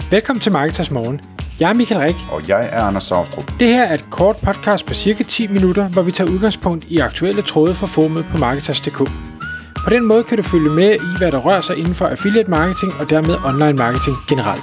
Velkommen til Marketers Morgen. Jeg er Michael Rik. Og jeg er Anders Saustrup. Det her er et kort podcast på cirka 10 minutter, hvor vi tager udgangspunkt i aktuelle tråde fra forumet på Marketers.dk. På den måde kan du følge med i, hvad der rører sig inden for affiliate marketing og dermed online marketing generelt.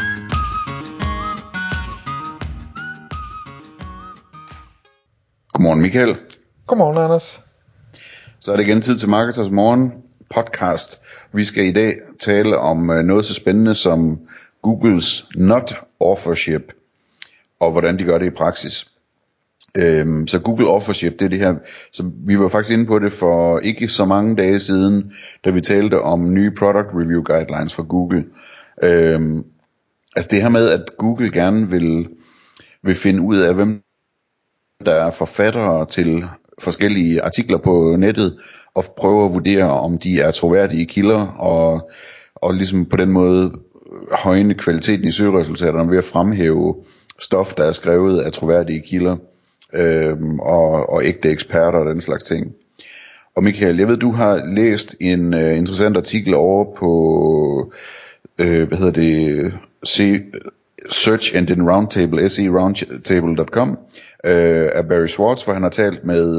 Godmorgen Michael. Godmorgen Anders. Så er det igen tid til Marketers Morgen podcast. Vi skal i dag tale om noget så spændende som Googles Not Authorship, og hvordan de gør det i praksis. Så Google Authorship, det er det her, så vi var faktisk inde på det for ikke så mange dage siden, da vi talte om nye product review guidelines fra Google. Altså det her med, at Google gerne vil finde ud af, hvem der er forfattere til forskellige artikler på nettet, og prøve at vurdere, om de er troværdige kilder, og ligesom på den måde højne kvaliteten i søgeresultaterne ved at fremhæve stof, der er skrevet af troværdige kilder, og ægte eksperter og den slags ting. Og Michael, jeg ved, du har læst en interessant artikel over på, Search Engine Roundtable, seroundtable.com, af Barry Schwartz, hvor han har talt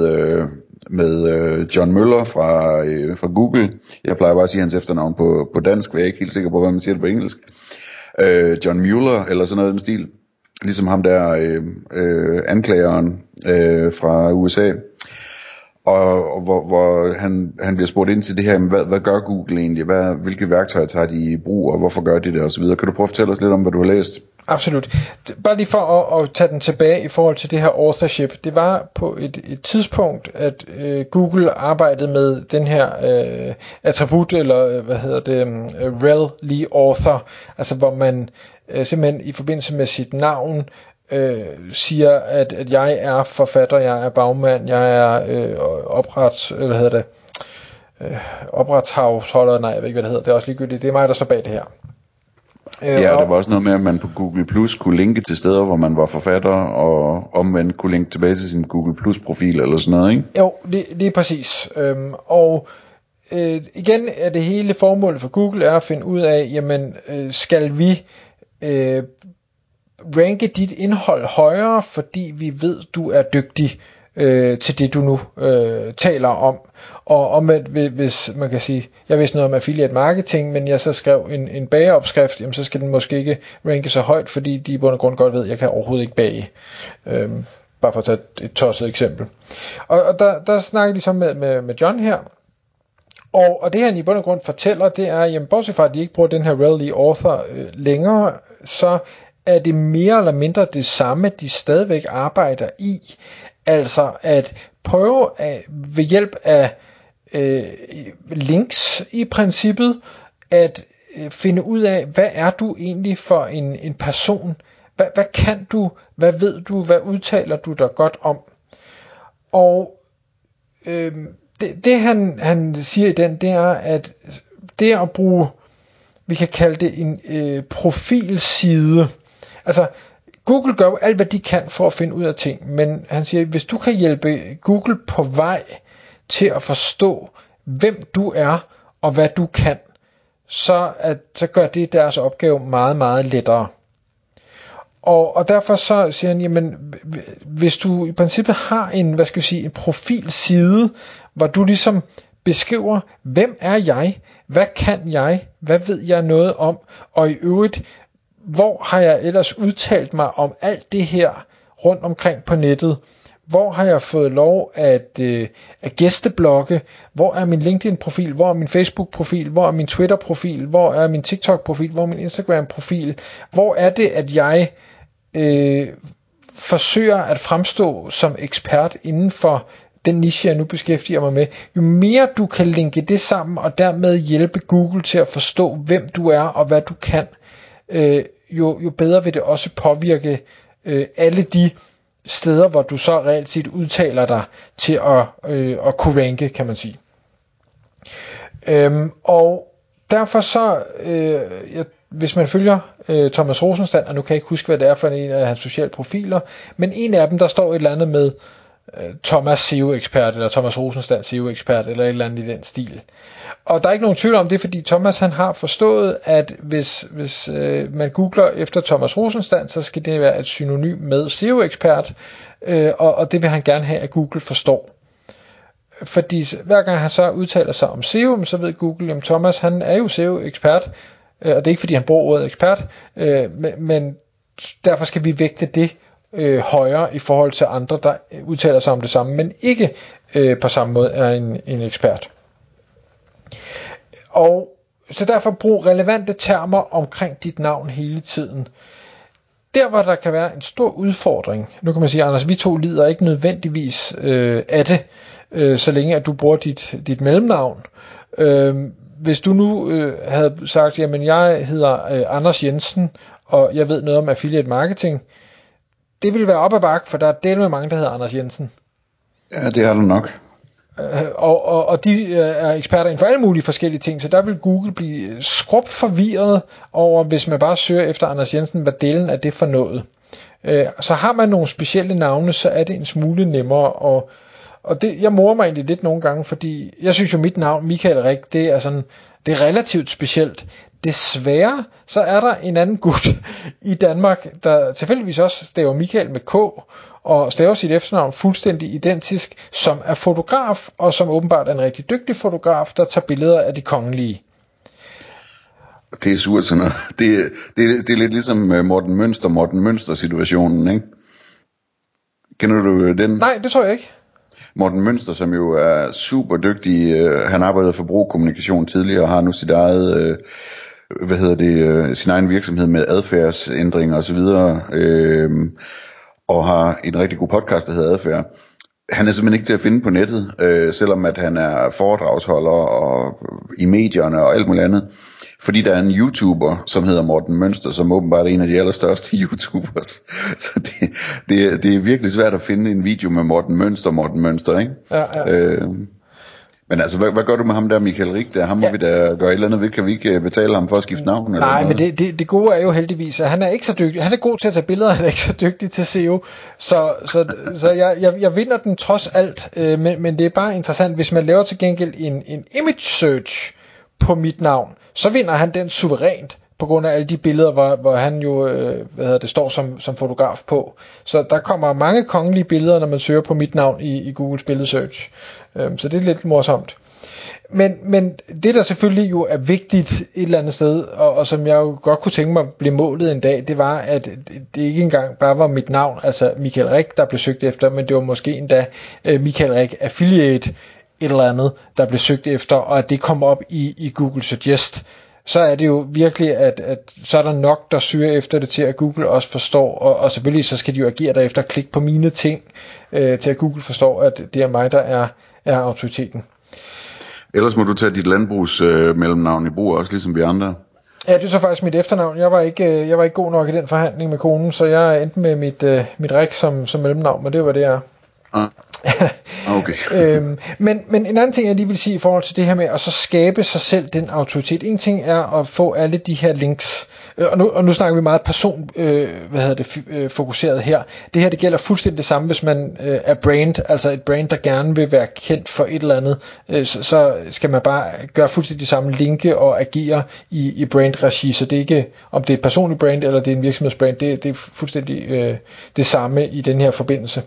med John Mueller fra Google. Jeg plejer bare at sige hans efternavn på dansk, for jeg er ikke helt sikker på, hvad man siger det på engelsk. John Mueller, eller sådan noget i den stil. Ligesom ham der, anklageren fra USA. Og hvor han bliver spurgt ind til det her, hvad gør Google egentlig? Hvilke værktøjer tager de i brug, og hvorfor gør de det, og så videre. Kan du prøve at fortælle os lidt om, hvad du har læst? Absolut. Bare lige for at tage den tilbage i forhold til det her authorship. Det var på et tidspunkt, at Google arbejdede med den her attribut, eller rel lige author, altså hvor man simpelthen i forbindelse med sit navn siger, at jeg er forfatter, jeg er bagmand, jeg er opretshavsholder, nej, jeg ved ikke, hvad det hedder, det er også ligegyldigt, det er mig, der står bag det her. Ja, det var også noget med, at man på Google Plus kunne linke til steder, hvor man var forfatter, og omvendt kunne linke tilbage til sin Google Plus profil, eller sådan noget, ikke? Jo, det er præcis. Igen er det hele formålet for Google er at finde ud af, jamen, skal vi ranke dit indhold højere, fordi vi ved, du er dygtig til det, du nu taler om. Og omvendt, hvis man kan sige, jeg vidste noget om affiliate marketing, men jeg så skrev en bageopskrift, jamen så skal den måske ikke ranke så højt, fordi de i bund og grund godt ved, at jeg kan overhovedet ikke bage. Bare for at tage et tosset eksempel. Og der snakker de så med John her, og det han i bund og grund fortæller, det er, jamen bortset fra, at de ikke bruger den her rel author længere, så er det mere eller mindre det samme, de stadigvæk arbejder i. Altså at prøve ved hjælp af links i princippet, at finde ud af, hvad er du egentlig for en person? Hvad kan du? Hvad ved du? Hvad udtaler du dig godt om? Og det han siger i den, det er, at det at bruge, vi kan kalde det en profilside. Altså Google gør jo alt, hvad de kan for at finde ud af ting, men han siger, hvis du kan hjælpe Google på vej til at forstå, hvem du er og hvad du kan, så gør det deres opgave meget, meget lettere. Og derfor så siger han, jamen, hvis du i princippet har en profilside, hvor du ligesom beskriver, hvem er jeg, hvad kan jeg, hvad ved jeg noget om, og i øvrigt, hvor har jeg ellers udtalt mig om alt det her rundt omkring på nettet? Hvor har jeg fået lov at gæsteblogge? Hvor er min LinkedIn-profil? Hvor er min Facebook-profil? Hvor er min Twitter-profil? Hvor er min TikTok-profil? Hvor er min Instagram-profil? Hvor er det, at jeg forsøger at fremstå som ekspert inden for den niche, jeg nu beskæftiger mig med? Jo mere du kan linke det sammen, og dermed hjælpe Google til at forstå, hvem du er og hvad du kan, jo bedre vil det også påvirke alle de steder, hvor du så reelt set udtaler dig til at kunne ranke, kan man sige. Og derfor så, hvis man følger Thomas Rosenstand, og nu kan jeg ikke huske, hvad det er for en af hans sociale profiler, men en af dem, der står et eller andet med, Thomas SEO-ekspert, eller Thomas Rosenstand SEO-ekspert, eller et eller andet i den stil. Og der er ikke nogen tvivl om det, fordi Thomas han har forstået, at hvis man googler efter Thomas Rosenstand, så skal det være et synonym med SEO-ekspert, og det vil han gerne have, at Google forstår. Fordi hver gang han så udtaler sig om SEO, så ved Google, at Thomas han er jo SEO-ekspert, og det er ikke fordi han bruger ordet ekspert, men derfor skal vi vægte det højere i forhold til andre, der udtaler sig om det samme, men ikke på samme måde er en ekspert. Og så derfor brug relevante termer omkring dit navn hele tiden. Der hvor der kan være en stor udfordring, nu kan man sige, Anders, vi to lider ikke nødvendigvis af det, så længe at du bruger dit mellemnavn. Hvis du nu havde sagt, jamen jeg hedder Anders Jensen, og jeg ved noget om affiliate marketing, det ville være op ad bakke, for der er delt med mange, der hedder Anders Jensen. Ja, det er der nok. Og de er eksperter inden for alle mulige forskellige ting, så der vil Google blive skrub forvirret over, hvis man bare søger efter Anders Jensen, hvad delen af det for noget. Så har man nogle specielle navne, så er det en smule nemmere, og det, jeg morer mig egentlig lidt nogle gange, fordi jeg synes jo mit navn, Michael Rik, det er relativt specielt. Desværre, så er der en anden gut i Danmark, der tilfældigvis også staver Michael med K, og staver sit efternavn fuldstændig identisk, som er fotograf, og som åbenbart er en rigtig dygtig fotograf, der tager billeder af de kongelige. Det er surt sådan noget. Det er lidt ligesom Morten Mønster situationen, ikke? Kender du den? Nej, det tror jeg ikke. Morten Mønster, som jo er super dygtig, han arbejdede for Brugkommunikation tidligere, og har nu sit eget, sin egen virksomhed med adfærdsændringer osv., og har en rigtig god podcast, der hedder Adfærd. Han er simpelthen ikke til at finde på nettet, selvom at han er foredragsholder og i medierne og alt muligt andet. Fordi der er en YouTuber, som hedder Morten Mønster, som åbenbart er en af de allerstørste YouTubers. Så det er virkelig svært at finde en video med Morten Mønster, ikke? Ja. Men altså, hvad gør du med ham der, Michael Rik? Ham må vi da gøre et eller andet ved. Kan vi ikke betale ham for at skifte navn? Nej, eller men det gode er jo heldigvis, at han er ikke så dygtig. Han er god til at tage billeder, han er ikke så dygtig til SEO. Så jeg vinder den trods alt. Men det er bare interessant, hvis man laver til gengæld en image search på mit navn, så vinder han den suverænt, på grund af alle de billeder, hvor han jo står som fotograf på. Så der kommer mange kongelige billeder, når man søger på mit navn i Googles billedsearch. Så det er lidt morsomt. Men det der selvfølgelig jo er vigtigt et eller andet sted, og som jeg jo godt kunne tænke mig blev målet en dag, det var, at det ikke engang bare var mit navn, altså Michael Rik, der blev søgt efter, men det var måske endda Michael Rik Affiliate et eller andet, der blev søgt efter, og at det kom op i Google Suggest. Så er det jo virkelig, at så er der nok, der søger efter det til, at Google også forstår, og selvfølgelig så skal de jo agere derefter, klik på mine ting, til at Google forstår, at det er mig, der er autoriteten. Ellers må du tage dit landbrugs mellemnavn i brug, også ligesom vi andre. Ja, det er så faktisk mit efternavn. Jeg var ikke god nok i den forhandling med konen, så jeg endte med mit Rik som mellemnavn, men det var det, jeg er. Okay. Men en anden ting jeg lige vil sige i forhold til det her med at så skabe sig selv den autoritet. En ting er at få alle de her links, og nu snakker vi meget fokuseret her. Det her det gælder fuldstændig det samme, hvis man er brand, altså et brand der gerne vil være kendt for et eller andet, så skal man bare gøre fuldstændig det samme, linke og agere i brand-regi, så det er ikke om det er et personligt brand eller det er en virksomhedsbrand, det er fuldstændig det samme i den her forbindelse.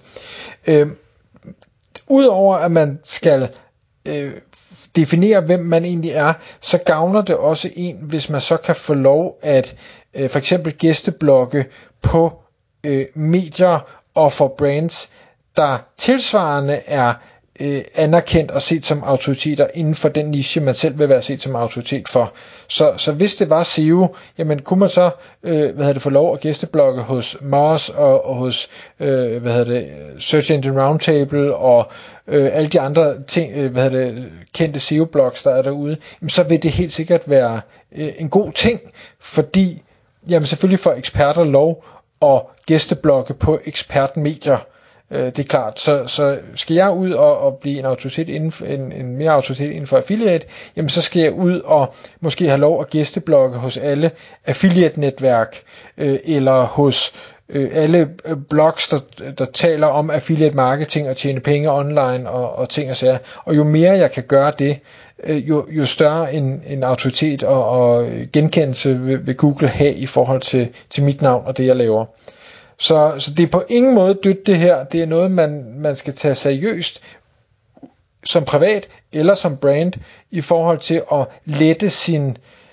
Udover at man skal definere, hvem man egentlig er, så gavner det også en, hvis man så kan få lov at for eksempel gæsteblogge på medier og for brands, der tilsvarende er anerkendt og set som autoriteter inden for den niche, man selv vil være set som autoritet for. Så hvis det var SEO, jamen kunne man så få lov at gæsteblogge hos Moz og hos Search Engine Roundtable og alle de andre ting, kendte SEO-blogs, der er derude, jamen, så vil det helt sikkert være en god ting, fordi jamen selvfølgelig får eksperter lov at gæsteblogge på ekspertmedier. Det er klart, så skal jeg ud og blive en autoritet en mere autoritet inden for affiliate, jamen så skal jeg ud og måske have lov at gæsteblogge hos alle affiliate-netværk, eller hos alle blogs, der taler om affiliate marketing og tjene penge online og ting og sager. Og jo mere jeg kan gøre det, jo større en autoritet og genkendelse vil Google have i forhold til mit navn og det, jeg laver. Så det er på ingen måde dødt det her. Det er noget, man skal tage seriøst som privat eller som brand i forhold til at lette sin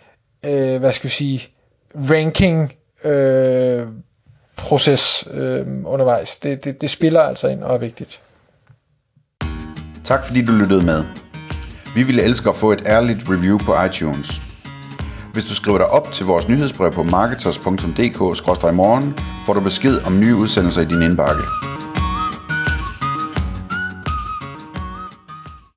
ranking proces undervejs. Det spiller altså ind og er vigtigt. Tak fordi du lyttede med. Vi ville elske at få et ærligt review på iTunes. Hvis du skriver dig op til vores nyhedsbrev på marketers.dk/morgen, får du besked om nye udsendelser i din indbakke.